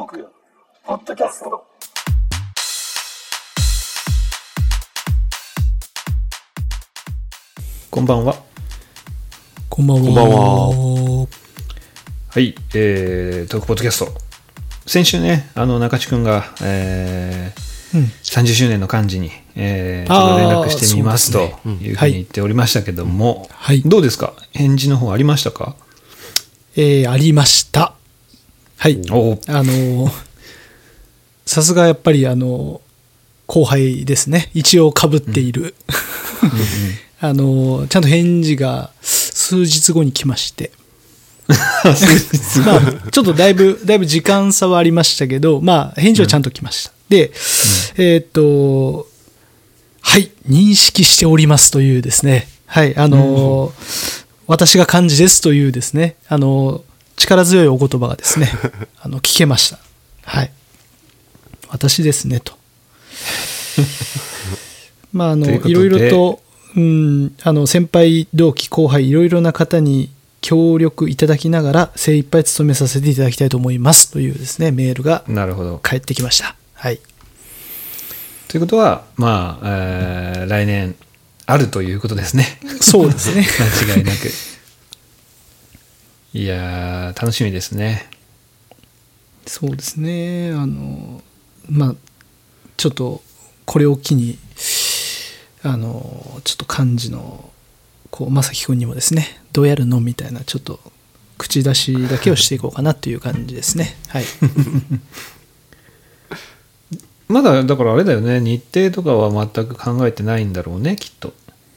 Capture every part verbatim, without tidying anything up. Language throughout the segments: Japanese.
トークポッドキャスト。 こんばんは。 こんばんは。 こんばんは。 はい、えー、トークポッドキャスト。先週ね、あの中地くんが、えーうん、さんじゅっしゅうねんの幹事に、えー、ちょっと連絡してみますというふうに言っておりましたけども、はい、どうですか？返事の方ありましたか？ えー、ありました。はい。あのさすがやっぱりあの後輩ですね。一応被っている、うんうんうん、あのちゃんと返事が数日後に来ましてまあ、ちょっとだいぶだいぶ時間差はありましたけど、まあ返事はちゃんと来ました。うん、で、うん、えー、っとはい認識しておりますというですね、はいあの、うん、私が幹事ですというですね、あの力強いお言葉がですねあの聞けました。はい、私ですねと。まああのいろいろと、うん、あの先輩同期後輩いろいろな方に協力いただきながら精一杯務めさせていただきたいと思いますというですねメールが返ってきました。はい。 ということはまあ、えー、来年あるということですね。 そうですね。 間違いなく。いやー楽しみですね。 そうですね。あのまあちょっとこれを機にあのちょっと幹事のこう正樹君にもですねどうやるのみたいなちょっと口出しだけをしていこうかなという感じですね。はい。 まだだからあれだよね、日程とかは全く考えてないんだろうねきっと。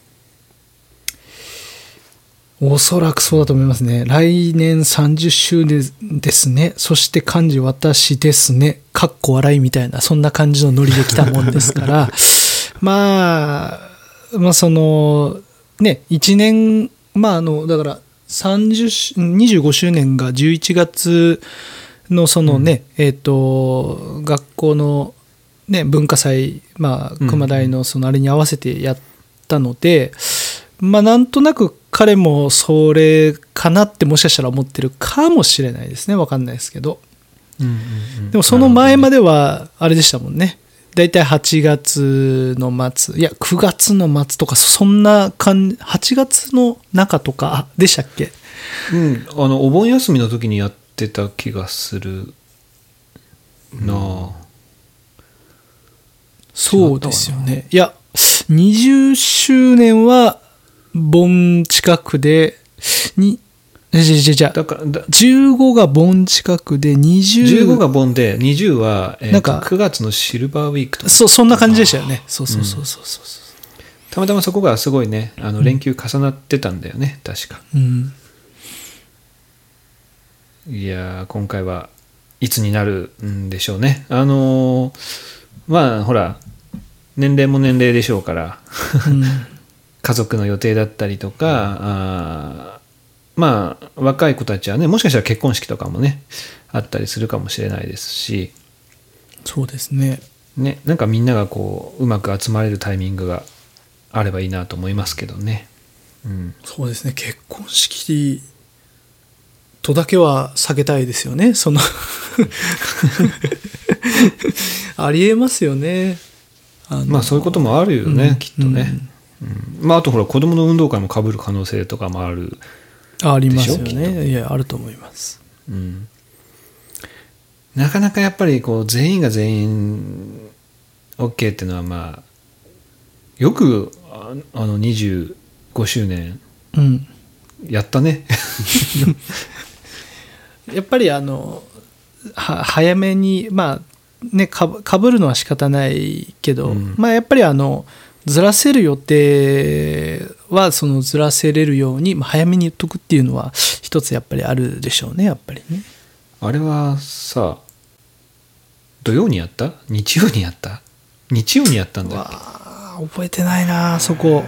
おそらくそうだと思いますね。来年さんじゅっしゅうねんですね。そして幹事私ですね。かっこ笑いみたいなそんな感じのノリで来たもんですから、まあまあそのねいちねんまああのだからさんじゅうにじゅうごしゅうねんがじゅういちがつのそのね、うん、えっと学校のね文化祭まあ熊大のそのあれに合わせてやったので、まあなんとなく彼もそれかなってもしかしたら思ってるかもしれないですね。分かんないですけど、うんうんうん、でもその前まではあれでしたもんね。だいたいはちがつの末いやくがつの末とかそんな感じ、はちがつの中とかでしたっけ？ うん、あのお盆休みの時にやってた気がするなあ、うん、 そうですよね。いやにじゅっしゅうねんは盆近くでにじゃじゃじゃだからだじゅうごが盆近くでにじゅうじゅうごが盆でにじゅうは、えー、なんかくがつのシルバーウィークとかそ, そんな感じでしたよね。そうそうそうそうそう、 うん、たまたまそこがすごいねあの連休重なってたんだよね、うん、確か、うん、いや今回はいつになるんでしょうね。あのー、まあほら年齢も年齢でしょうから、うん家族の予定だったりとか、あまあ若い子たちはねもしかしたら結婚式とかもねあったりするかもしれないですし、 そうですね。 ねなんかみんながこううまく集まれるタイミングがあればいいなと思いますけどね。 うん、そうですね。結婚式とだけは避けたいですよね。そのありえますよね。 あのまあそういうこともあるよね、うん、きっとね。うんうんまあ、あとほら子どもの運動会も被る可能性とかもあるでしょ。 ありますよね。いやあると思います、 うん、なかなかやっぱりこう全員が全員 OK っていうのはまあよくああのにじゅうごしゅうねんやったね、 うん、やっぱりあのは早めにまあねかぶるのは仕方ないけど、うん、まあやっぱりあのずらせる予定はそのずらせれるように早めに言っとくっていうのは一つやっぱりあるでしょうね。やっぱりね。 あれはさ土曜にやった日曜にやった日曜にやったんだっけ。 わ覚えてないなそこ。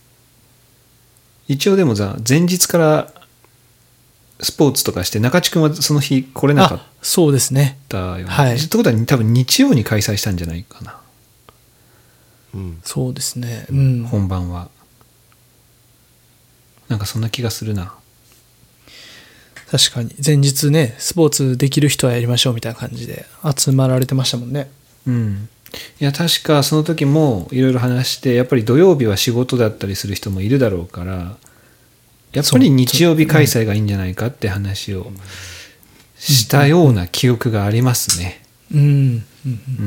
一応でもさ前日からスポーツとかして中地君はその日来れなかったよね。 そうですね。 はい。ってことは多分日曜に開催したんじゃないかな。 うん、そうですね、うん、 本番はなんかそんな気がするな。 確かに前日ねスポーツできる人はやりましょうみたいな感じで集まられてましたもんね。 うん、いや確かその時もいろいろ話して、やっぱり土曜日は仕事だったりする人もいるだろうから、やっぱり日曜日開催がいいんじゃないかって話をしたような記憶がありますね。 うん、うんうんうん、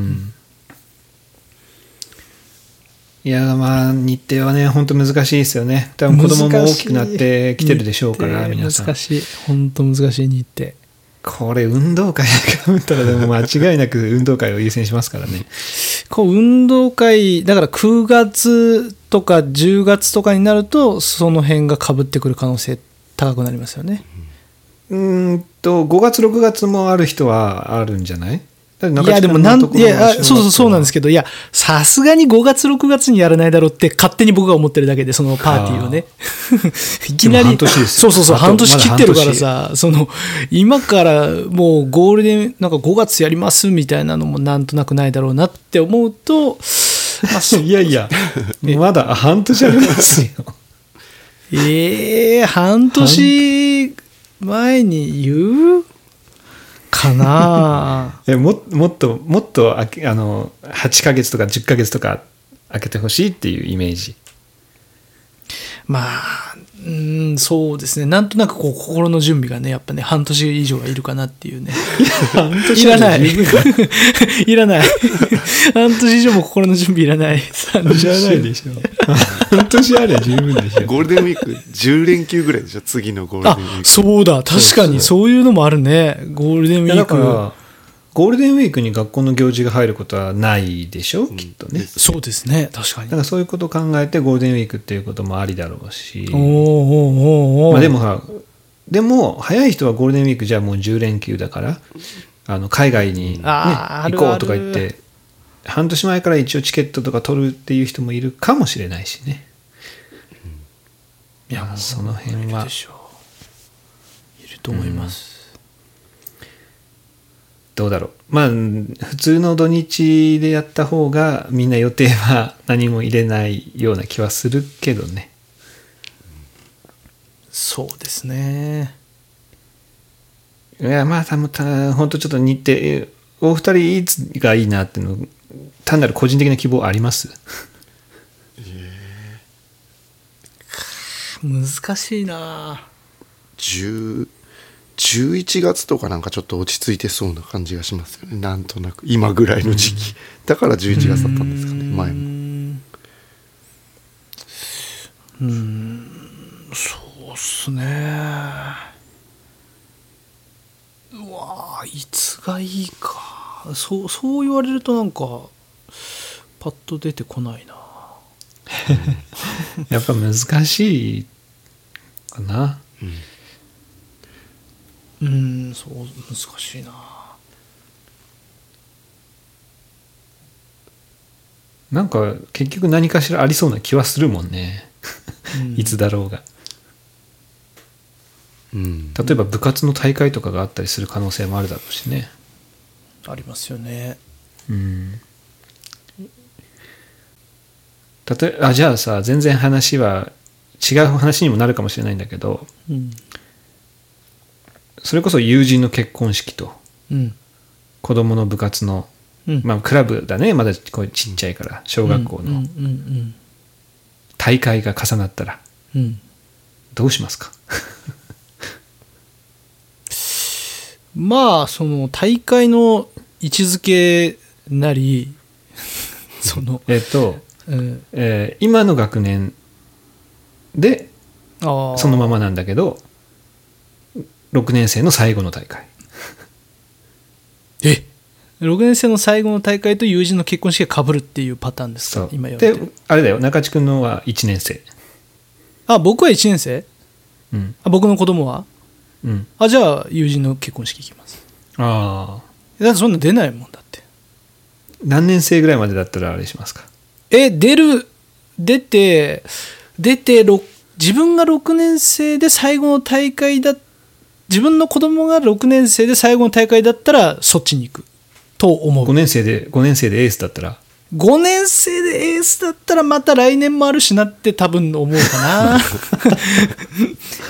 いやまあ日程はね本当難しいですよね。多分子供も大きくなってきてるでしょうから皆さん。 難しい、本当難しい日程。 これ運動会が打ったらでも間違いなく運動会を優先しますからね。 こう運動会だからくがつとかじゅうがつとかになるとその辺が被ってくる可能性高くなりますよね。 うーんとごがつろくがつもある人はあるんじゃない？いやでもなんいやそうそうそうなんですけど、いやさすがにごがつろくがつにやらないだろうって勝手に僕が思ってるだけで、そのパーティーをねいきなりそうそうそう半年切ってるからさ、その今からもうゴールデンなんかごがつやりますみたいなのもなんとなくないだろうなって思うと、まあ、 いやいやまだ半年ありますよ。 えー、半年前に言うかなえ も, もっともっとああのはちかげつとかじゅっかげつとか空けてほしいっていうイメージ。 まあうんそうですね、なんとなくこう心の準備がねやっぱね半年以上はいるかなっていうね。 半年いらないいらない半年以上も心の準備いらない。 半年あれでしょ半年あれ十分でしょ。 ゴールデンウィークじゅうれんきゅうぐらいでしょ次のゴールデンウィーク。 あそうだ確かにそういうのもあるね。ゴールデンウィークだからゴールデンウィークに学校の行事が入ることはないでしょ、うん、きっとね。 そうですね確かに。 だからそういうことを考えてゴールデンウィークっていうこともありだろうし。 おーおーおーおー、 まあ、でもはでも早い人はゴールデンウィークじゃあもうじゅうれんきゅうだからあの海外に、ね、行こうとか言って半年前から一応チケットとか取るっていう人もいるかもしれないしね。 いやその辺はいると思います、 うん、どうだろう。まあ普通の土日でやった方がみんな予定は何も入れないような気はするけどね。 そうですね。 いやまあたた本当ちょっと日程お二人いつがいいなっていうの単なる個人的な希望あります？ 難しいな。 じゅういちがつとかなんかちょっと落ち着いてそうな感じがしますよね。なんとなく今ぐらいの時期、うん、だからじゅういちがつだったんですかね前も。 うーんそうっすね。うわいつがいいか。そうそう言われるとなんかパッと出てこないなやっぱ難しいかな。 うん、うんそう難しいな。 なんか結局何かしらありそうな気はするもんねいつだろうが、うん、例えば部活の大会とかがあったりする可能性もあるだろうしね。 ありますよね。 うん例えあじゃあさ全然話は違う話にもなるかもしれないんだけど、うん、それこそ友人の結婚式と、うん、子供の部活の、うんまあ、クラブだねまだこうちっちゃいから小学校の大会が重なったら、うん、どうしますかまあその大会の位置づけなりそのえっと、うんえー、今の学年でそのままなんだけどろくねん生の最後の大会えろくねん生の最後の大会と友人の結婚式が被るっていうパターンですか。今やってであれだよ中地君のはいちねん生。 あ僕はいちねん生、うん、あ僕の子供は、 うん、 あじゃあ友人の結婚式行きます。 ああだってそんな出ないもんだって。 何年生ぐらいまでだったらあれしますか。 え出る出て出て自分がろくねん生で最後の大会だ自分の子供がろくねん生で最後の大会だったらそっちに行くと思う。 ごねん生でごねん生でエースだったらごねん生でエースだったらまた来年もあるしなって多分思うかな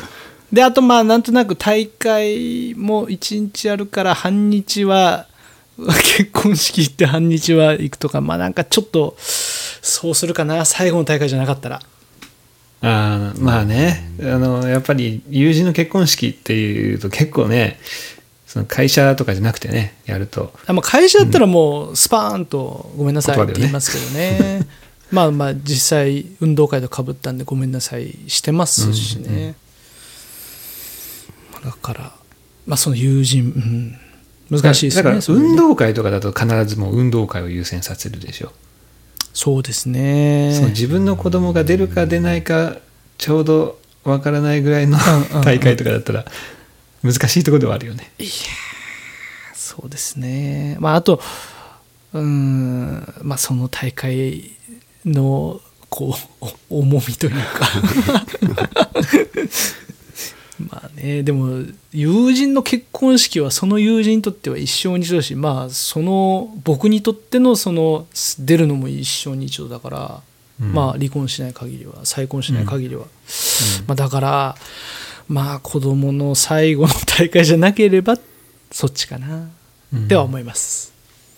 であとまあなんとなく大会もいちにちあるから半日は結婚式行って半日は行くとか、まあなんかちょっとそうするかな、最後の大会じゃなかったら。 あまあね、あのやっぱり友人の結婚式っていうと結構ね、その会社とかじゃなくてねやると、 あ、まあ、会社だったらもうスパーンとごめんなさいって言いますけどね、ねまあまあ実際運動会とかぶったんでごめんなさいしてますしね、うんうん、だからまあその友人、うん、難しいですね。 だから運動会とかだと必ずもう運動会を優先させるでしょ。 そうですね。 その自分の子供が出るか出ないかちょうどわからないぐらいの大会とかだったら難しいところではあるよね。 いやそうですね。まああとうーんまあその大会のこう重みというかまあね、でも友人の結婚式はその友人にとっては一生に一度だし、まあその僕にとってのその出るのも一生に一度だから、うん、まあ離婚しない限りは再婚しない限りは、うんまあ、だからまあ子供の最後の大会じゃなければそっちかな、うん、っては思います。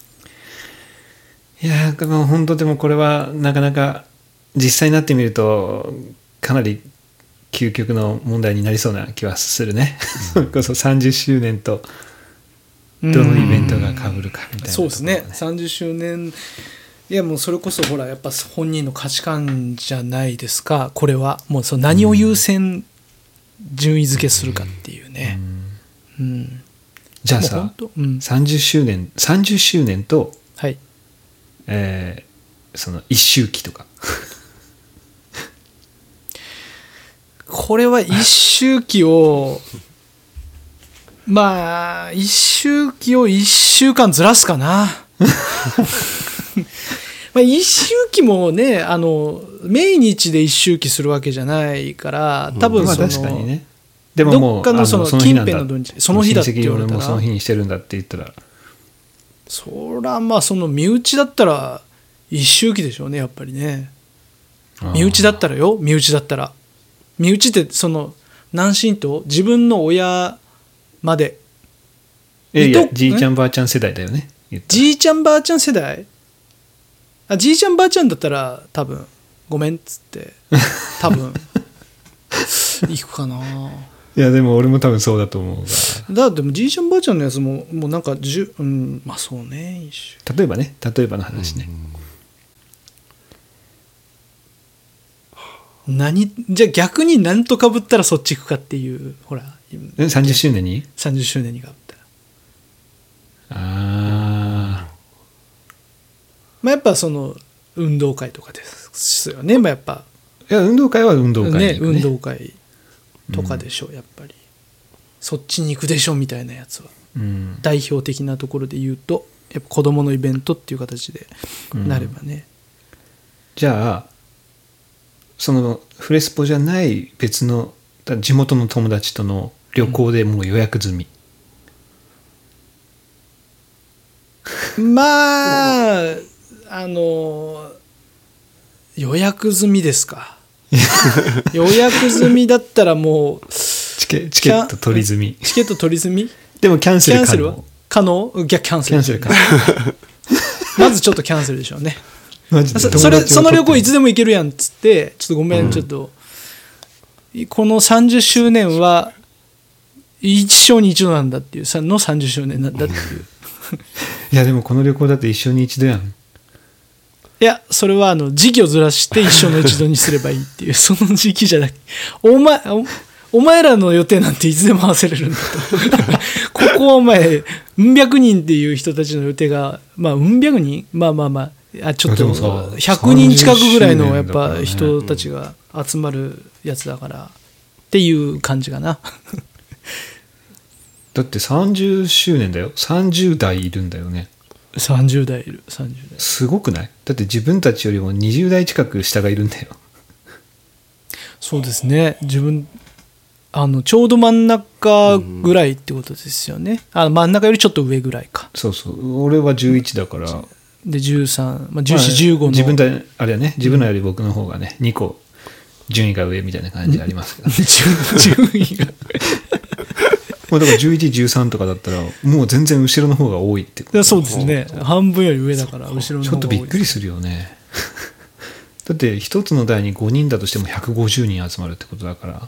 いやー本当でもこれはなかなか実際になってみるとかなり究極の問題になりそうな気はするね。それこそさんじゅっしゅうねんとどのイベントが被るかみたいな、ね、 そうですね。さんじゅっしゅうねん、いやもうそれこそほらやっぱ本人の価値観じゃないですか。これはもうその何を優先順位付けするかっていうね、うんうん、 じゃあさ、うん、さんじゅっしゅうねんさんじゅっしゅうねんと、 はいえー、その一周期とかこれは一周期をまあ一周期をいっしゅうかんずらすかなまあ一周期もねあの命日で一周期するわけじゃないから多分その、 まあ、確かにね。でももうどっかのその近辺の土日その日だって言われたら親戚俺もその日にしてるんだって言ったらそらまあその身内だったら一周期でしょうねやっぱりね。身内だったらよ身内だったら身内ってその何親等自分の親までえいやじいちゃんばあちゃん世代だよね。 じいちゃんばあちゃん世代あじいちゃんばあちゃんだったら多分ごめんっつって多分行くかな。 いやでも俺も多分そうだと思うがだってもじいちゃんばあちゃんのやつももうなんかじゅ、うん、まあそうね例えばね例えばの話ね、 うん、何じゃあ逆に何とかぶったらそっち行くかっていうほらさんじゅっしゅうねんにさんじゅっしゅうねんにかぶったらあまあやっぱその運動会とかですよね。まあやっぱいや運動会は運動会に行くね、 ね運動会とかでしょ、うん、やっぱりそっちに行くでしょみたいなやつは、うん、代表的なところで言うとやっぱ子どものイベントっていう形でなればね、うん、 じゃあそのフレスポじゃない別の地元の友達との旅行でもう予約済み、 うん、まああの予約済みですか予約済みだったらもうチケ、チケット取り済みチケット取り済みでもキャンセル可能キャンセルは可能いやキャンセルキャンセル可能まずちょっとキャンセルでしょうねマジでそ, それその旅行いつでも行けるやんっつってちょっとごめん、うん、ちょっとこのさんじゅっしゅうねんは一生に一度なんだっていうのさんじゅっしゅうねんなんだっていういやでもこの旅行だって一生に一度やん。 いやそれはあの時期をずらして一生の一度にすればいいっていうその時期じゃなくてお前お前らの予定なんていつでも合わせれるんだとここはお前うん百人っていう人たちの予定がまあうん百人まあまあまあちょっとひゃくにん近くぐらいのやっぱ人たちが集まるやつだからっていう感じかなだってさんじゅっしゅうねんだよ。さんじゅう代いるんだよね。 さんじゅう代いるさんじゅう代すごくない？だって自分たちよりもにじゅう代近く下がいるんだよ。 そうですね。自分あのちょうど真ん中ぐらいってことですよね、うん、あ真ん中よりちょっと上ぐらいか。 そうそう俺はじゅういちだからでじゅうさん、まあ、じゅうよん、じゅうごの自分であれはね自分らより僕の方がねにこ順位が上みたいな感じありますけど、 順順位がもうだからじゅういち、じゅうさんとかだったらもう全然後ろの方が多いってこと。 そうですね、半分より上だから後ろの方が多い。 ちょっとびっくりするよねだって一つの台にごにんだとしてもひゃくごじゅうにん集まるってことだから。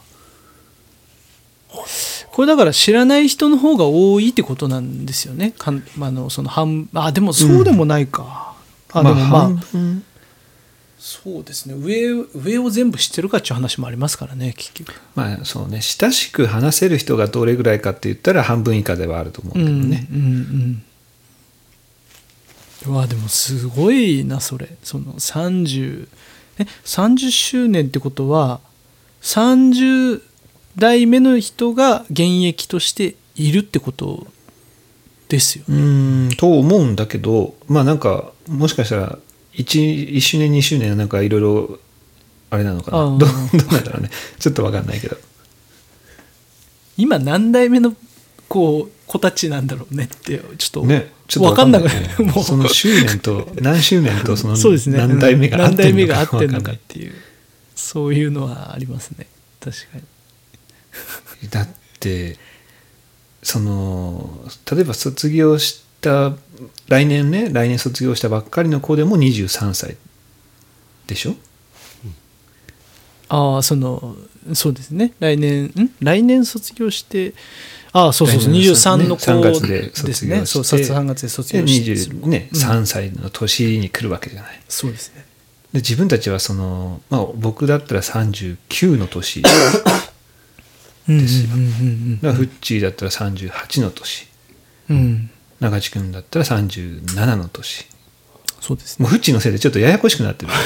これだから知らない人の方が多いってことなんですよね。かんあのその半あでもそうでもないか、うん、あでもまあ、半分そうですね、上上を全部知ってるかっていう話もありますからね結局。 まあそうね、親しく話せる人がどれぐらいかって言ったら半分以下ではあると思うけどね。 うんうんうんうわでもすごいなそれ。そのさんじゅうえさんじゅっしゅうねんってことはさんじゅう代目の人が現役としているってことですよね。 うーんと思うんだけど、まあなんかもしかしたら 1, いっしゅうねんにしゅうねんなんかいろいろあれなのかな、ど, どうなんだろうね、ちょっと分かんないけど今何代目のこう子たちなんだろうねってちょっとね、ちょっと分かんなくない、 ね、 もうその周年と何周年とそのそうですね、 何代目が合ってるのか分かんない。 何代目が合ってるのかっていうそういうのはありますね確かに。 だってその例えば卒業した来年ね来年卒業したばっかりの子でもにじゅうさんさいでしょ。 ああそのそうですね来年ん来年卒業してああそうそうそうにじゅうさんの子さんがつで卒業して、 ね、そうさんがつで卒業してにじゅう、ねうん、さんさいの年に来るわけじゃない。 そうですね。 で自分たちはその、まあ、僕だったらさんじゅうきゅうの年ですよ。だからフッチーだったらさんじゅうはちの年、うん、中地君だったらさんじゅうななの年。 そうですね。 もうフッチーのせいでちょっとややこしくなってる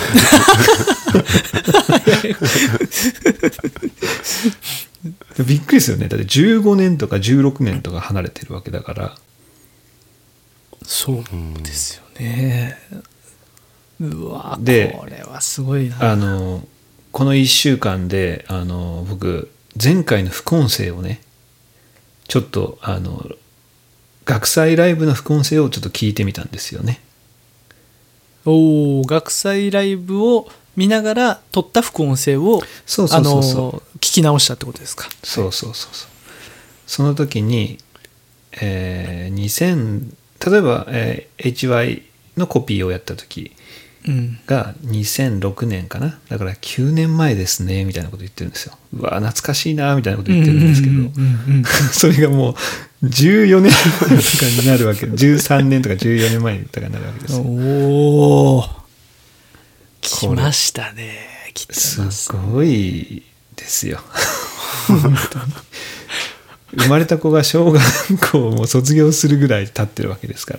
びっくりですよね。だってじゅうごねんとかじゅうろくねんとか離れてるわけだから。 そうですよね。うわでこれはすごいな。 あのこのいっしゅうかんであの僕前回の副音声をねちょっとあの学祭ライブの副音声をちょっと聞いてみたんですよね。 おお学祭ライブを見ながら撮った副音声をそうそうそうそうあの聞き直したってことですか。 そうそうそうそう。その時に、えー、にせん例えば、えー、エイチワイ のコピーをやった時がにせんろくねんかな。だからきゅうねんまえですねみたいなこと言ってるんですよ。うわ懐かしいなみたいなこと言ってるんですけど、それがもうじゅうよねんまえとかになるわけじゅうさんねんとかじゅうよねんまえとかになるわけですよ。 おお来ましたね。来てますすごいですよ生まれた子が小学校も卒業するぐらい経ってるわけですから。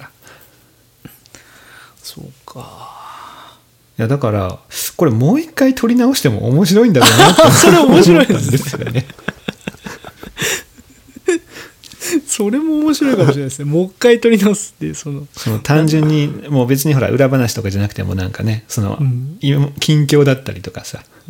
そうか。 いやだからこれもう一回撮り直しても面白いんだろうなってそれ面白いですよねそれも面白いかもしれないですね。もう一回撮り直すっていうそのその単純にもう別にほら裏話とかじゃなくてもなんかねその、うん、近況だったりとかさ、うん、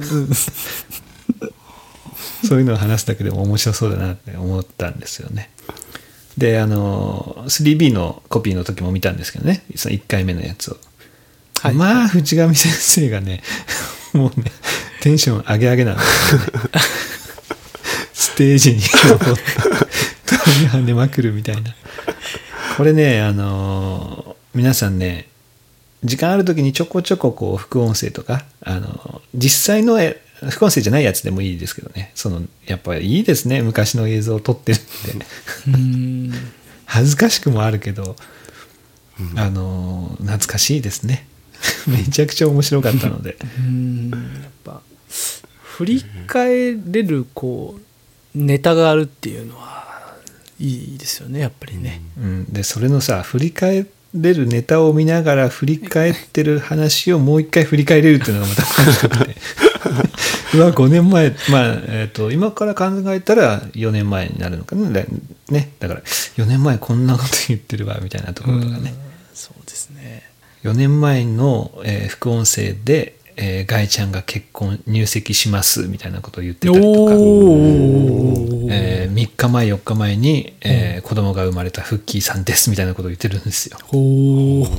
そういうのを話すだけでも面白そうだなって思ったんですよね。であの スリービー のコピーの時も見たんですけどねそのいっかいめのやつを、はい、まあ藤上先生がねもうねテンション上げ上げなんですよねステージに登って飛び跳ねまくるみたいな。これねあの皆さんね時間ある時にちょこちょここう副音声とかあの実際の副音声じゃないやつでもいいですけどねそのやっぱりいいですね昔の映像を撮ってるんでうん恥ずかしくもあるけどあの懐かしいですねめちゃくちゃ面白かったのでうんやっぱ振り返れるこうネタがあるっていうのはいいですよねやっぱりね、 うん、でそれのさ振り返れるネタを見ながら振り返ってる話をもう一回振り返れるっていうのがまた面白くてうわごねんまえまあ、えー、と今から考えたらよねんまえになるのかなね。だからよねんまえこんなこと言ってるわみたいなところとかね、 そうですねよねんまえの、えー、副音声で、えー、ガイちゃんが結婚入籍しますみたいなことを言ってたりとか、えー、みっかまえよっかまえに、えー、子供が生まれたフッキーさんですみたいなことを言ってるんですよ。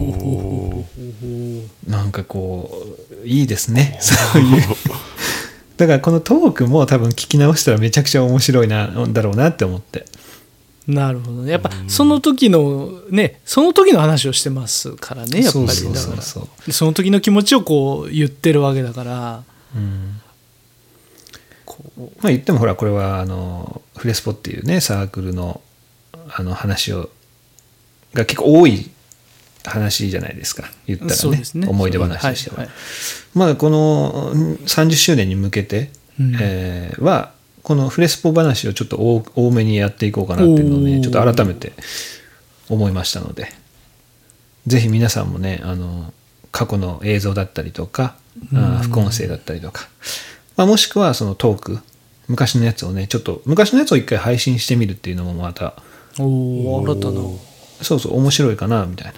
なんかこういいですねそういうだからこのトークも多分聞き直したらめちゃくちゃ面白いなだろうなって思って。 なるほどね。やっぱその時のね、その時の話をしてますからね、やっぱり。 そうそうだからそうそう。 その時の気持ちをこう言ってるわけだから、 うんこうまあ言ってもほらこれはあのフレスポっていうねサークルのあの話をが結構多い話じゃないですか、言ったら ね, ね思い出話としては、はいはい、まあこのさんじゅっしゅうねんに向けて、うんえー、はこのフレスポ話をちょっと 多, 多めにやっていこうかなっていうのをねちょっと改めて思いましたので、ぜひ皆さんもねあの過去の映像だったりとか、うん、副音声だったりとか、まあ、もしくはそのトーク昔のやつをねちょっと昔のやつを一回配信してみるっていうのもまたお新たなそうそう面白いかなみたいな、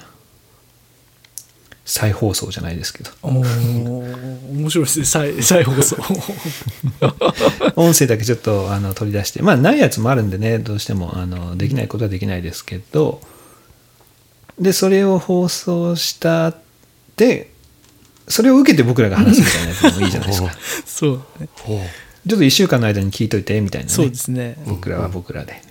再放送じゃないですけどお面白いですね 再, 再放送音声だけちょっとあの取り出してまあないやつもあるんでねどうしてもあのできないことはできないですけど、でそれを放送したでそれを受けて僕らが話すみたいなやつもいいじゃないですかそうね、 ちょっといっしゅうかんの間に聞いといてみたいなね。 そうですね、 僕らは僕らで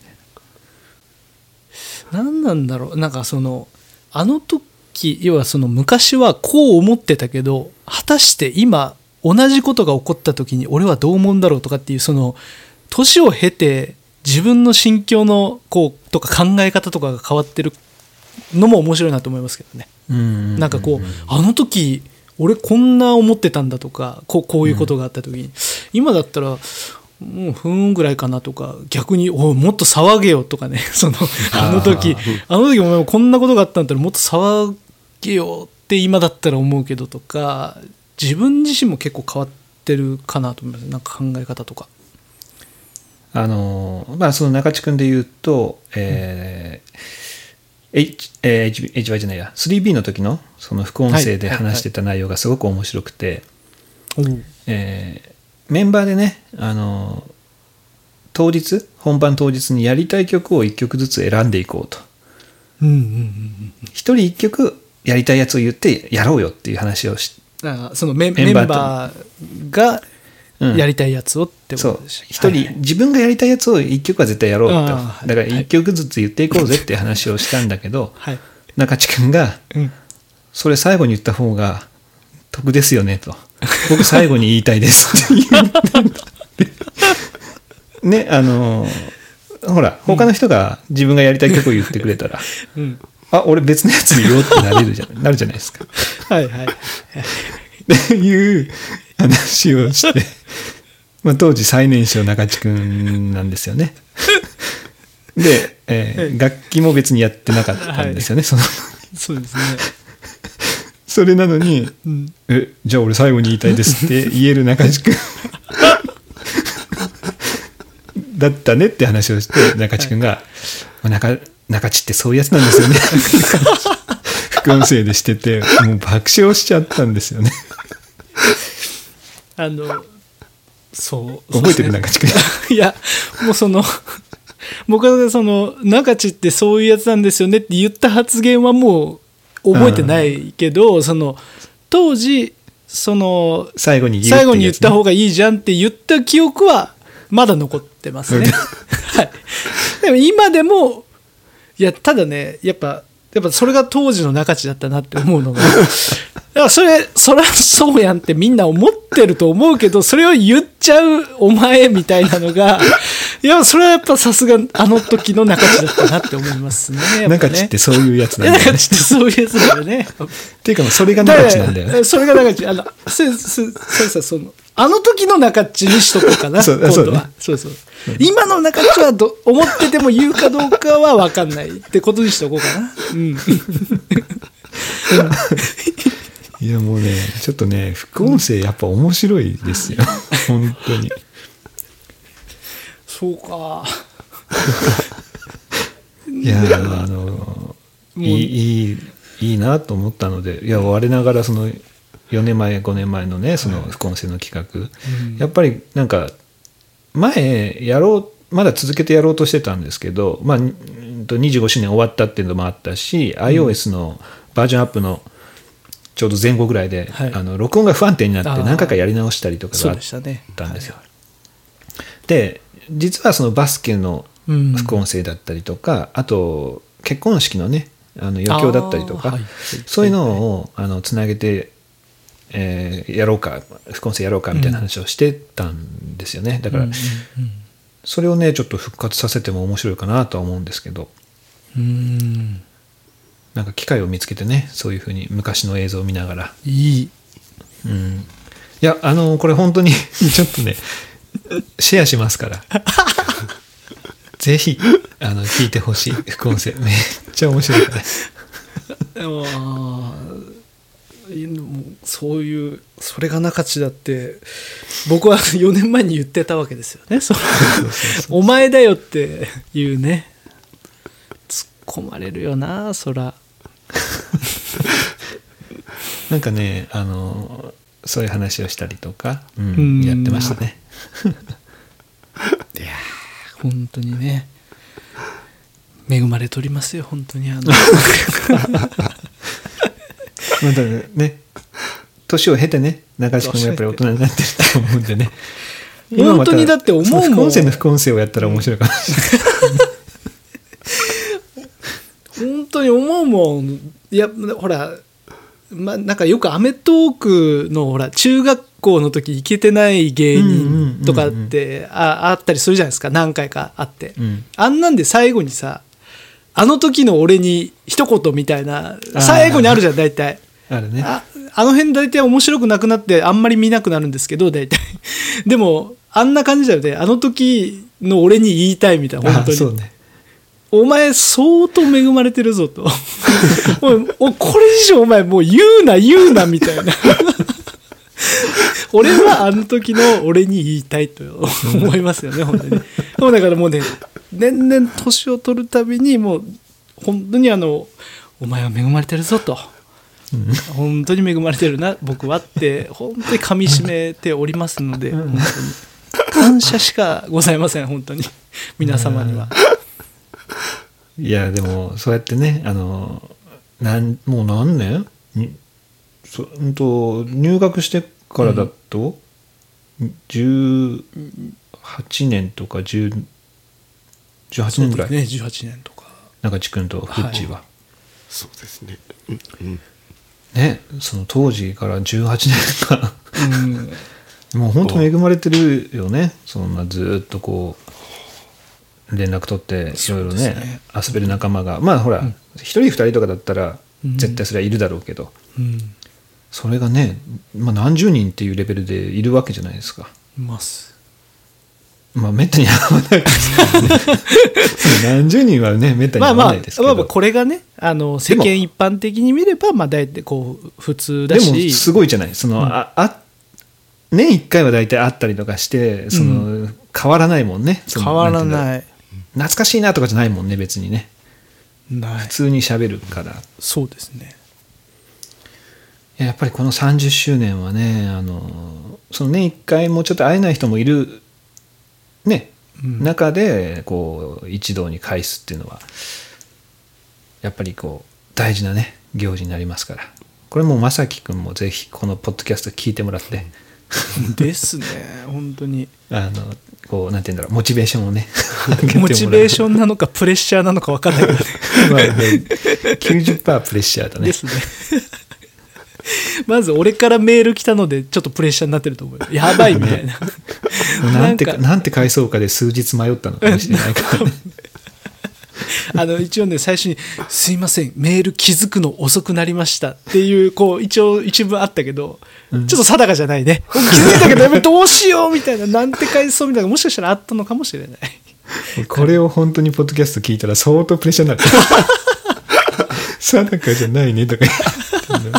何なんだろう、なんかそのあの時要はその昔はこう思ってたけど果たして今同じことが起こった時に俺はどう思うんだろうとかっていうその年を経て自分の心境のこうとか考え方とかが変わってるのも面白いなと思いますけどね。 うんうんうんうん、 なんかこうあの時俺こんな思ってたんだとかこう、こういうことがあった時に、うん、今だったらもうふんぐらいかなとか逆におもっと騒げよとかねそのあの時あの時お前もこんなことがあったんだったらもっと騒げよって今だったら思うけどとか自分自身も結構変わってるかなと思います。なんか考え方とかあのまあその中地君で言うと、えーうん、H えー、エイチワイ じゃないや スリービー の時のその副音声で話してた内容がすごく面白くて、はいはいはいえーメンバーでね、あの当日本番当日にやりたい曲をいっきょくずつ選んでいこうと、 うんうんうん、 一人いっきょくやりたいやつを言ってやろうよっていう話をしあその メ, メンバーがやりたいやつをってことでしょ、うん、 そう一人、はいはい、自分がやりたいやつをいっきょくは絶対やろうと、だからいっきょくずつ言っていこうぜっていう話をしたんだけど、はい、中地君が、うん、それ最後に言った方が得ですよねと僕最後に言いたいですって言ってね、あのほら他の人が自分がやりたい曲を言ってくれたら、うん、あ俺別のやつ言おうってなれるじゃなるじゃないですかはいはいっていう話をして、まあ、当時最年少中地くんなんですよねで、えー、楽器も別にやってなかったんですよね、はい、そのそうですねそれなのに、うん、えじゃあ俺最後に言いたいですって言える中地君だったねって話をして中地君が、はい、中, 中地ってそういうやつなんですよね副音声でしててもう爆笑しちゃったんですよねあのそう覚えてる中地君いやもうその僕はその中地ってそういうやつなんですよねって言った発言はもう覚えてないけど、その当時その最後に言うってやつね、 最後に言った方がいいじゃんって言った記憶はまだ残ってますね、はい、でも今でもいやただねやっぱやっぱそれが当時の中地だったなって思うのがだからそれそりゃそうやんってみんな思ってると思うけどそれを言っちゃうお前みたいなのがいやそれはやっぱさすがあの時の中地だったなって思いますね。 中地ってそういうやつなんだよね。 中地ってそういうやつなんだよね。 っていうかそれが中地なんだよね。 それが中地あのそそそそのあの時の中地にしとこうかなそう今度は。 そうそうそう。今の中地はど思ってても言うかどうかは分かんないってことにしとこうかな。うん。 いやもうねちょっとね副音声やっぱ面白いですよ本当に。 そうかいやあのいいいいいいなと思ったので、いや我ながらそのよねんまえごねんまえのねその副音声の企画、うん、やっぱりなんか前やろうまだ続けてやろうとしてたんですけど、まあ、にじゅうごしゅうねん終わったっていうのもあったし、うん、iOS のバージョンアップのちょうど前後ぐらいで、 はい、 あの録音が不安定になってあー何回かやり直したりとかがあっそうでしたね。 たんですよ。で実はそのバスケのうん副音声だったりとか、あと結婚式のねあの余興だったりとか、 あーはいそういうのをあのつなげて、えーやろうか副音声やろうかみたいな話をしてたんですよね。だから、 うんうんそれをねちょっと復活させても面白いかなとは思うんですけど、 うん、うんなんか機会を見つけてねそういうふうに昔の映像を見ながら、 いい。 うん、いやあのこれ本当にちょっとねシェアしますからぜひあの聞いてほしい副音声めっちゃ面白いからでもあーもうそういうそれがなかちだって僕はよねんまえに言ってたわけですよね。そお前だよっていうね、突っ込まれるよなそら。 なんかねあのそういう話をしたりとか、うんうんやってましたね。 いやー本当にね恵まれとりますよ本当にあのまだね年を経てね中地君もやっぱり大人になってると思うんでね本当にだって思うもんその副音声の副音声をやったら面白いかもしれない本当に思うもん。いやほら、まあ、なんかよくアメトークのほら中学校の時イケてない芸人とかってああったりするじゃないですか。何回かあって、 うん、 あんなんで最後にさあの時の俺に一言みたいな最後にあるじゃん大体。 あるね。 あ, あの辺大体面白くなくなってあんまり見なくなるんですけど大体でもあんな感じだよね。あの時の俺に言いたいみたいな本当に。 そうね。 お前相当恵まれてるぞとおいおこれ以上お前もう言うな言うなみたいな俺はあの時の俺に言いたいと思いますよね本当に。もうだからもうね年々年を取るたびにもう本当にあのお前は恵まれてるぞと、うん、本当に恵まれてるな僕はって本当に噛み締めておりますので、うん、本当に感謝しかございません本当に皆様には。 いやでもそうやってねあのなんもう何年にそ、うん、と入学してからだと、うん、じゅうはちねんとかじゅう、じゅうはちねんぐらい、 ね、じゅうはちねんとか中地君とフッチーは、はい、 そうですね、うんうん、 ねその当時からじゅうはちねんかん、うん、もう本当に恵まれてるよね。そんなずっとこう連絡取っていろいろね遊べる仲間が、まあほら一人二人とかだったら絶対それはいるだろうけど、うん、それがね、まあ、何十人っていうレベルでいるわけじゃないですか。 いますまあめったに会わない何十人はねめったに会わないですけど、 まあまあこれがねあの世間一般的に見ればまあ大体こう普通だし、 でもすごいじゃないその、うん、ああ年いっかいは大体会ったりとかしてその、うん、変わらないもんね。 変わらない。 懐かしいなとかじゃないもんね別にね。 ない普通に喋るから。 そうですね。 やっぱりこのさんじゅっしゅうねんはねあのその年いっかいもちょっと会えない人もいるね、うん、中でこう一堂に会すっていうのはやっぱりこう大事なね行事になりますから、これもまさきくんもぜひこのポッドキャスト聞いてもらってですね本当にあのこうなんていうんだろうモチベーションをねモチベーションなのかプレッシャーなのか分かんないけどねまあね きゅうじゅっパーセント プレッシャーだね。 ですねまず俺からメール来たのでちょっとプレッシャーになってると思う。やばいみたいななんてなんて返そうかで数日迷ったのかもしれないからねあの一応ね最初にすいませんメール気づくの遅くなりましたっていうこう一応一文あったけど、うん、ちょっと定かじゃないね。気づいたけどやべどうしようみたいななんて返そうみたいなもしかしたらあったのかもしれない。 これを本当にポッドキャスト聞いたら相当プレッシャーになる定かじゃないねとか言って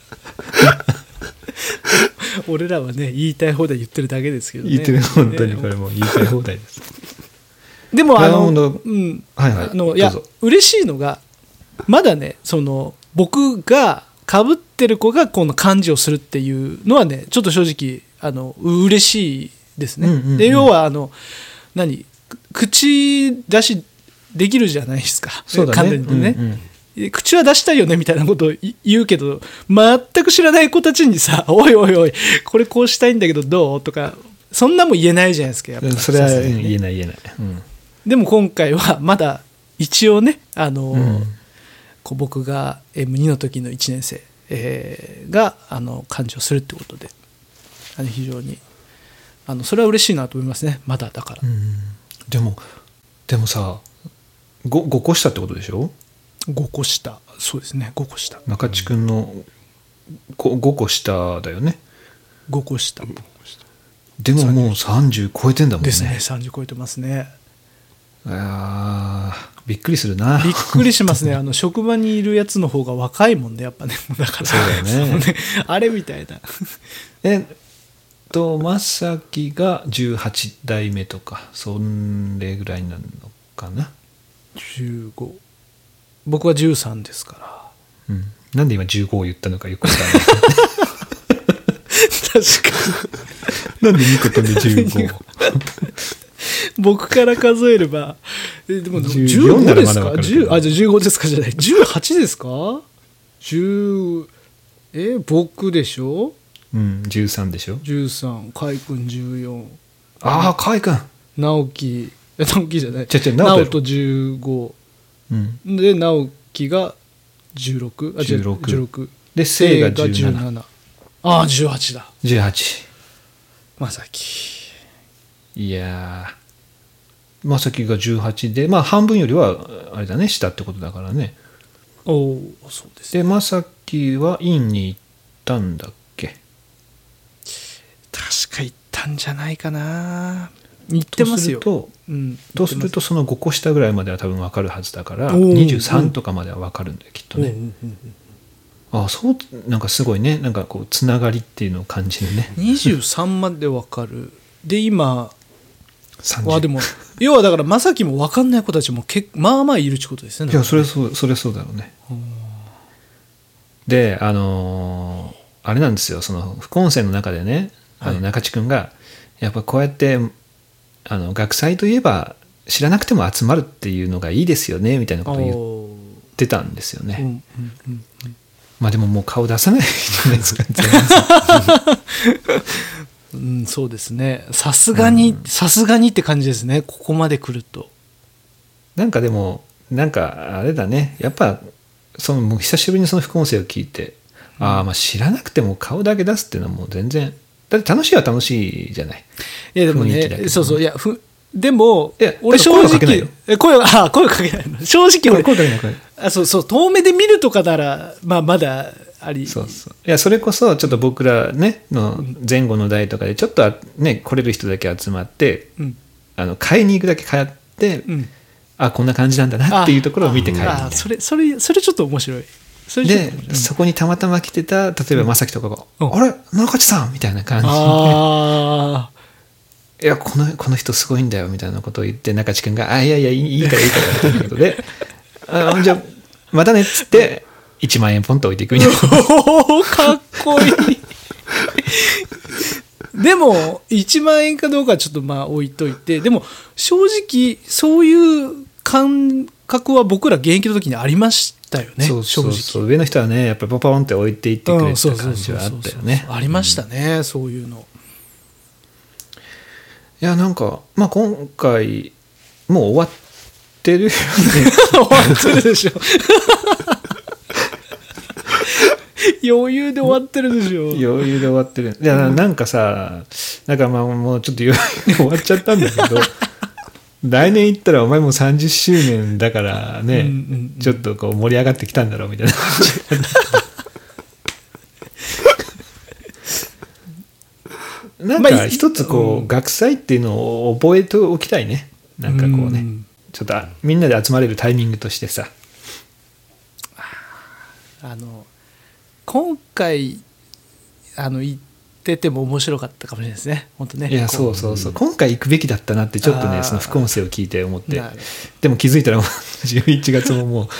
俺らはね言いたい放題言ってるだけですけどね。 言ってる本当にこれもう言いたい放題です。 でもあの、うんはいはい、 あのいや嬉しいのがまだねその僕が被ってる子がこの漢字をするっていうのはねちょっと正直あの嬉しいですね。うんうんうん、で要はあの何口出しできるじゃないですか。 そうだね。 関連でね、うんうん、 口は出したいよねみたいなことを言うけど、全く知らない子たちにさ、おいおいおいこれこうしたいんだけどどうとか、そんなもん言えないじゃないですか。やっぱそれはさすがにね言えない言えない、うん、 でも今回はまだ一応ね、あの、 うんこう僕が エムツー の時のいちねん生、えーがあの幹事をするってことで、あの非常にあのそれは嬉しいなと思いますね。まだだから、 うん、でもでもさ 5, 5個下ってことでしょ。 ごこ下、そうですね、ごこ下、 中地君の 5, 5個下だよね。 ごこ下でももうさんじゅう超えてんだもんね。 ですね、さんじゅう超えてますね。 あーびっくりするな。 びっくりしますね。あの職場にいるやつの方が若いもんね、やっぱね。だからそうだよねそうね、あれみたいな。 えっと正樹がじゅうはち代目とかそんれぐらいになるのかな。 じゅうご、僕はじゅうさんですから。 うん、なんで今じゅうごを言ったのかよくわからない。 確かなんでにこ飛んでじゅうご。 に僕から数えれば、えでもじゅうじゅうごよんならですか。 まだわかるけどじゅう、あ、じゃあじゅうごですかじゃない。じゅうはちですか。じゅう、え僕でしょ。 うん、じゅうさんでしょ。 じゅうさん、海君じゅうよん、 ああ河合君。 直樹、え直樹じゃない。 違う違う直人やろ直人じゅうごうん、 で、直樹がじゅうろく、あ、 じゅうろくじゅうろくで聖が聖じゅうなな。 ああ、じゅうはちだ。 じゅうはち。 まさき。 いやー正樹がじゅうはちで、まあ半分よりはあれだね下ってことだからね。 おお、そうですね。 で正樹は院に行ったんだっけ。 確か行ったんじゃないかな。行ってますよ。 とすると、 うん、 とするとそのごこ下ぐらいまでは多分分かるはずだからおーにじゅうさんとかまでは分かるんだよきっとね。 うんうんうんああそうなんかすごいね、なんかこうつながりっていうのを感じるね。 にじゅうさんまで分かる。で今さんじゅう。 はでも要はだから正樹も分かんない子たちも結まあまあいるってことですね。 いやそれそうそれそうだろうね。であのーあれなんですよ、その副音声の中でね、あの中地君がやっぱこうやってあの学祭といえば知らなくても集まるっていうのがいいですよねみたいなことを言ってたんですよね。 うんうんうんまあでももう顔出さないじゃないですか。 うん、そうですね。さすがにさすがにって感じですね。ここまで来ると。 なんかでもなんかあれだね、やっぱそのもう久しぶりにその副音声を聞いて、うん、ああまあ知らなくても顔だけ出すっていうのはもう全然だって楽しいは楽しいじゃない。 いやでもね、ねそうそういやふでもいや俺正直え声をあ声をかけないの正直俺声かけない声あそうそう遠目で見るとかならまあまだありそうそういやそれこそちょっと僕らねの前後の代とかでちょっとね来れる人だけ集まって、うん、あの買いに行くだけ買って、うん、あこんな感じなんだなっていうところを見て帰るみたいな。あそれそれそれちょっと面白い。それで、うん、そこにたまたま来てた例えば正樹とかが、うん、あれ中地さんみたいな感じであいやこのこの人すごいんだよみたいなことを言って中地君があいやいやいいからいいからということであじゃあまたねっつっていちまん円ポンと置いていくみたいな。 おかっこいい。でもいちまん円かどうかはちょっとまあ置いといて、でも正直そういう感覚は僕ら現役の時にありましたよね。 そうそうそう上の人はねやっぱりポポンって置いていってくれた感じはあったよね。 ありましたね、うん、そういうの。 いやなんかまあ今回もう終わってるよね。 終わってるでしょ。余裕で終わってるでしょ。 余裕で終わってる。いやなんかさなんかまあもうちょっと余裕で終わっちゃったんだけど来年行ったらお前もうさんじゅっしゅうねんだからね、うんうんうん、ちょっとこう盛り上がってきたんだろうみたいな感じなんか一つこう、うん、学祭っていうのを覚えておきたいね。なんかこうね、うん、ちょっとみんなで集まれるタイミングとしてさあの今回あの行ってても面白かったかもしれないですね本当ね。 いやそうそうそう、うん、今回行くべきだったなってちょっとねその副音声を聞いて思って、でも気づいたらもうじゅういちがつももう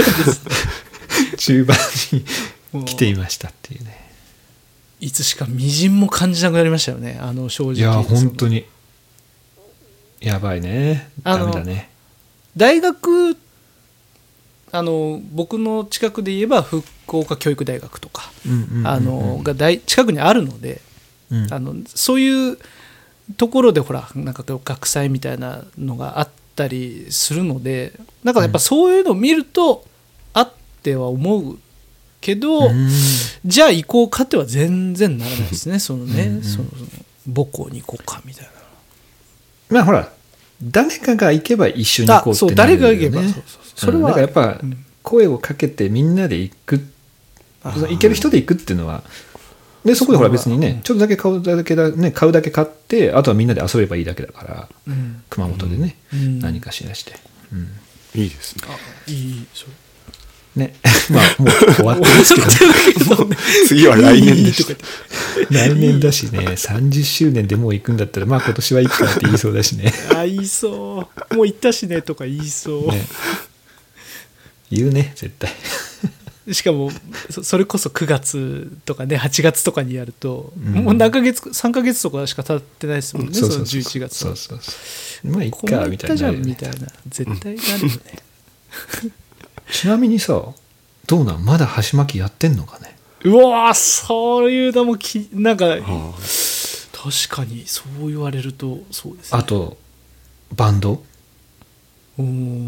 中盤に来ていましたっていうね。 いつしかみじんも感じなくなりましたよね。あの正直いや本当にやばいね。ダメだね。 大学あの僕の近くで言えば福岡教育大学とか、 うんうんうんうん、 あのが大近くにあるので、うん、あのそういうところでほらなんか学祭みたいなのがあったりするので、なんかやっぱそういうのを見るとあっては思うけど、うん、じゃあ行こうかっては全然ならないですねそのね、うんうん、その母校に行こうかみたいな。 まあほら誰かが行けば一緒に行こうってなるよね。そう誰かが行けばそうそうそうそれは、うん、だからやっぱ声をかけてみんなで行く、うん、行ける人で行くっていうのはでそこでほら別にねちょっとだけ買うだけだ、ね、買うだけ買ってあとはみんなで遊べばいいだけだから、うん、熊本でね、うん、何かしらして、うん、 いいですね。 あいいそうねまあもう終わってますけど、ね、 次は来年でした来年だしねさんじゅっしゅうねんでもう行くんだったらまあ今年は行くかって言いそうだしねあ言いそうもう行ったしねとか言いそう、ね、 言うね絶対しかもそれこそくがつとかねはちがつとかにやると、うん、もう何ヶ月さんかげつとかしか経ってないですもんね、うん、そのじゅういちがつそうそうそうまあいっかみたいな、ね、 じゃんみたいな絶対なるよねちなみにさどうなんまだ箸巻きやってんのかね。 うわそういうのもきなんか、はあ、確かにそう言われるとそうですね。 あとバンドお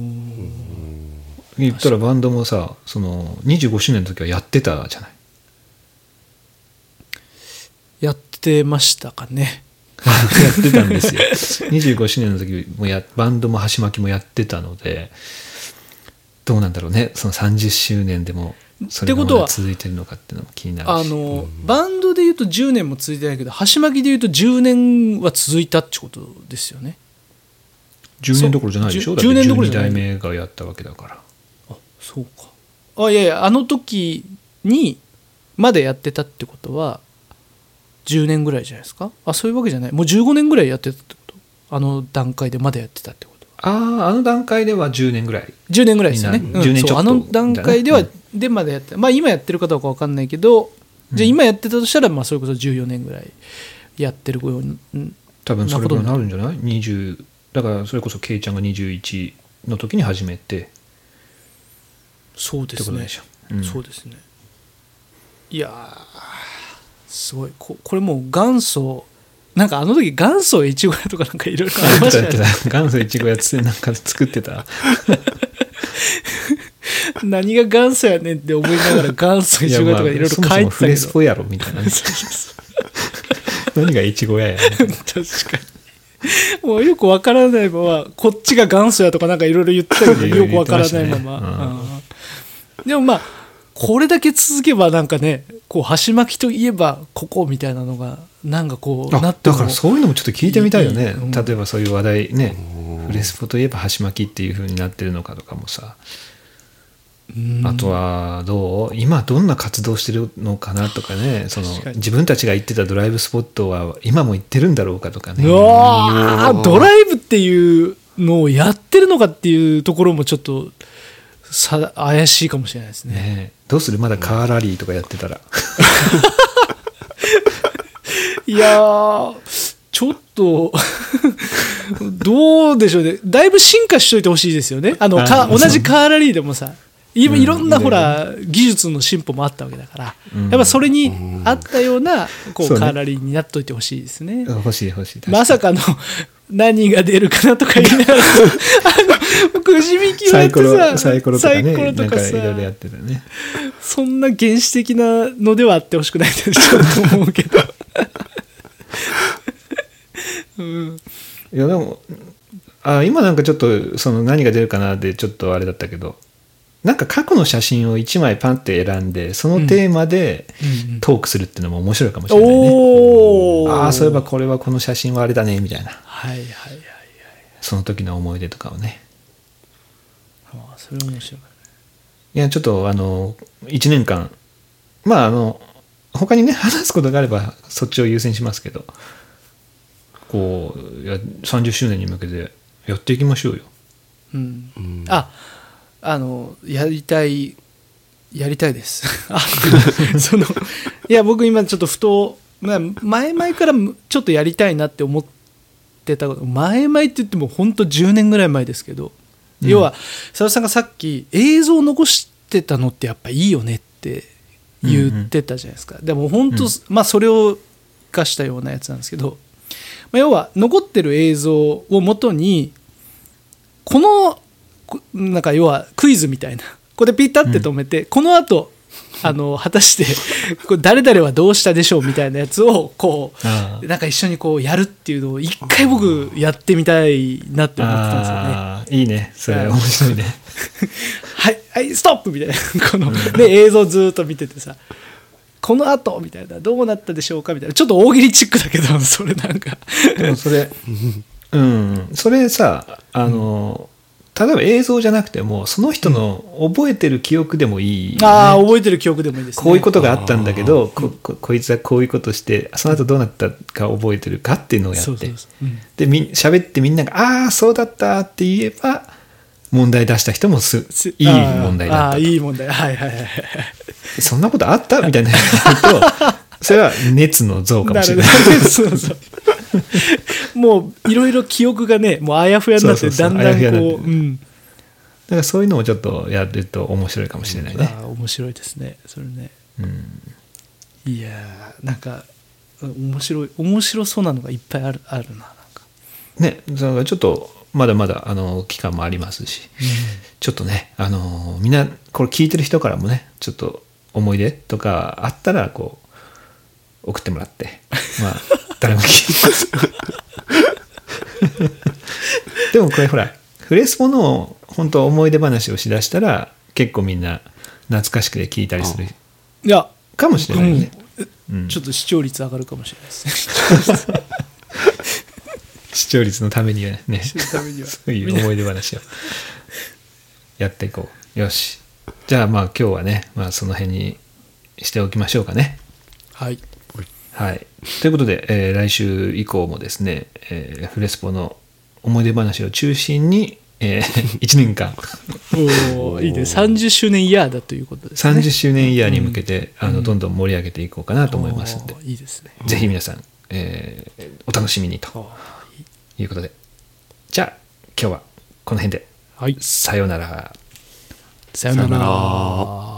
言ったらバンドもさそのにじゅうごしゅうねんの時はやってたじゃない。 やってましたかねやってたんですよにじゅうごしゅうねんの時もやバンドも箸巻きもやってたのでどうなんだろうねそのさんじゅっしゅうねんでもそれがまだ続いてるのかっていうのも気になるし、 あの、うん、バンドでいうとじゅうねんも続いてないけど箸巻きでいうとじゅうねんは続いたってことですよね。 じゅうねんどころじゃないでしょ。だってじゅうにだいめがやったわけだから。 あそうか。あいやいやあの時にまだやってたってことはじゅうねんぐらいじゃないですか。あそういうわけじゃないもうじゅうごねんぐらいやってたってこと。あの段階でまだやってたってこと。 あああの段階ではじゅうねんぐらいじゅうねんぐらいですよね、うん、 じゅうねんちょっと、 あの段階では、うん、でまだやってまあ今やってるかどうか分かんないけど、うん、じゃあ今やってたとしたらまあそれこそじゅうよねんぐらいやってるように多分それぐらいになるんじゃないにじゅうだからそれこそケイちゃんがにじゅういちの時に始めてそうですね、うん、そうですね。いやすごい こ, これもう元祖なんかあの時元祖いちご屋とかなんかいろいろありましたよね元祖いちご屋つなんか作ってた何が元祖やねんって思いながら元祖いちご屋とかいろいろ書いてたけど、まあ、そもそもフレスポやろみたいな何がいちご屋やねん確かにもうよくわからないままこっちが元祖やとかなんかいろいろ言ってたけどよくわからないまま、ねうん、でもまあこれだけ続けばなんかねこう箸巻きといえばここみたいなのがなんかこうなってもだからそういうのもちょっと聞いてみたいよね、うん、例えばそういう話題ねフレスポといえば箸巻きっていう風になってるのかとかもさ、うん、あとはどう今どんな活動してるのかなとかねその自分たちが行ってたドライブスポットは今も行ってるんだろうかとかね。 うわドライブっていうのをやってるのかっていうところもちょっとさ怪しいかもしれないです ね, ねどうするまだカーラリーとかやってたらいやちょっとどうでしょうねだいぶ進化しといてほしいですよね。あのか同じカーラリーでもさいろんなほら技術の進歩もあったわけだから、うん、やっぱそれに合ったようなこう、ね、カーラリーになっといてほしいですね。 欲しい欲しいまさかの何が出るかなとか言いながらあのくじ引きをやってさサイコロとかねなんかいろいろやってたね。 そんな原始的なのではあってほしくないとちょっと思うけど、 うん、いやでもあ今なんかちょっとその何が出るかなでちょっとあれだったけどなんか過去の写真をいちまいパンって選んでそのテーマでトークするっていうのも面白いかもしれないね、うんうん、ああそういえばこれはこの写真はあれだねみたいな、 はいはいはいはい、 その時の思い出とかをね。 ああそれ面白い。 いやちょっとあのいちねんかんまああの他にね話すことがあればそっちを優先しますけどこういやさんじゅっしゅうねんに向けてやっていきましょうよ、 うんうん、ああのやりたいやりたいですそのいや僕今ちょっとふと、まあ、前々からちょっとやりたいなって思ってたこと前々って言っても本当じゅうねんぐらい前ですけど要は佐田さんがさっき映像を残してたのってやっぱいいよねって言ってたじゃないですか、うんうん、でも本当、うん、まあそれを生かしたようなやつなんですけど、まあ、要は残ってる映像をもとにこのなんか要はクイズみたいなこれピッタって止めて、うん、この後あの果たしてこれ誰々はどうしたでしょうみたいなやつをこうなんか一緒にこうやるっていうのを一回僕やってみたいなって思ってたんですよね。 あいいねそれ面白いねはいはいストップみたいなこの、で映像ずっと見ててさこの後みたいなどうなったでしょうかみたいなちょっと大喜利チックだけどそれなんかでもそれうんそれさあの、うん例えば映像じゃなくてもその人の覚えてる記憶でもいい、ねうん、 ああ覚えてる記憶でもいいですね。 こういうことがあったんだけど こ, こ, こいつはこういうことしてその後どうなったか覚えてるかっていうのをやって、そうそうそう、うん、でみ喋ってみんながああそうだったって言えば問題出した人もすいい問題だったと。あいい問題はいはいはいそんなことあったみたいなとそれは熱の像かもしれないそうそうもういろいろ記憶がねもうあやふやになってだんだんこう、うん、 だからそういうのをちょっとやると面白いかもしれないね。 あ面白いですねそれね、うん、いやーなんか面白い面白そうなのがいっぱいあるあるななんかねそれちょっとまだまだあの期間もありますし、うん、ちょっとねあのみんなこれ聞いてる人からもねちょっと思い出とかあったらこう送ってもらってまあ誰も聞いてでもこれほらフレスポの本当思い出話をしだしたら結構みんな懐かしくて聞いたりするいやかもしれないね、 うん、ちょっと視聴率上がるかもしれないですね視聴率のためにはねそういう思い出話をやっていこう。よしじゃあまあ今日はね、まあ、その辺にしておきましょうかね。 はいはい、ということで、えー、来週以降もですね、えー、フレスポの思い出話を中心に、えー、いちねんかんおいいねさんじゅっしゅうねんイヤーだということですね。 さんじゅっしゅうねんイヤーに向けて、うん、あのどんどん盛り上げていこうかなと思いますので、 いいですね、 ぜひ皆さん、えー、お楽しみにということでじゃあ今日はこの辺で、 はい、 さようなら。 さようなら。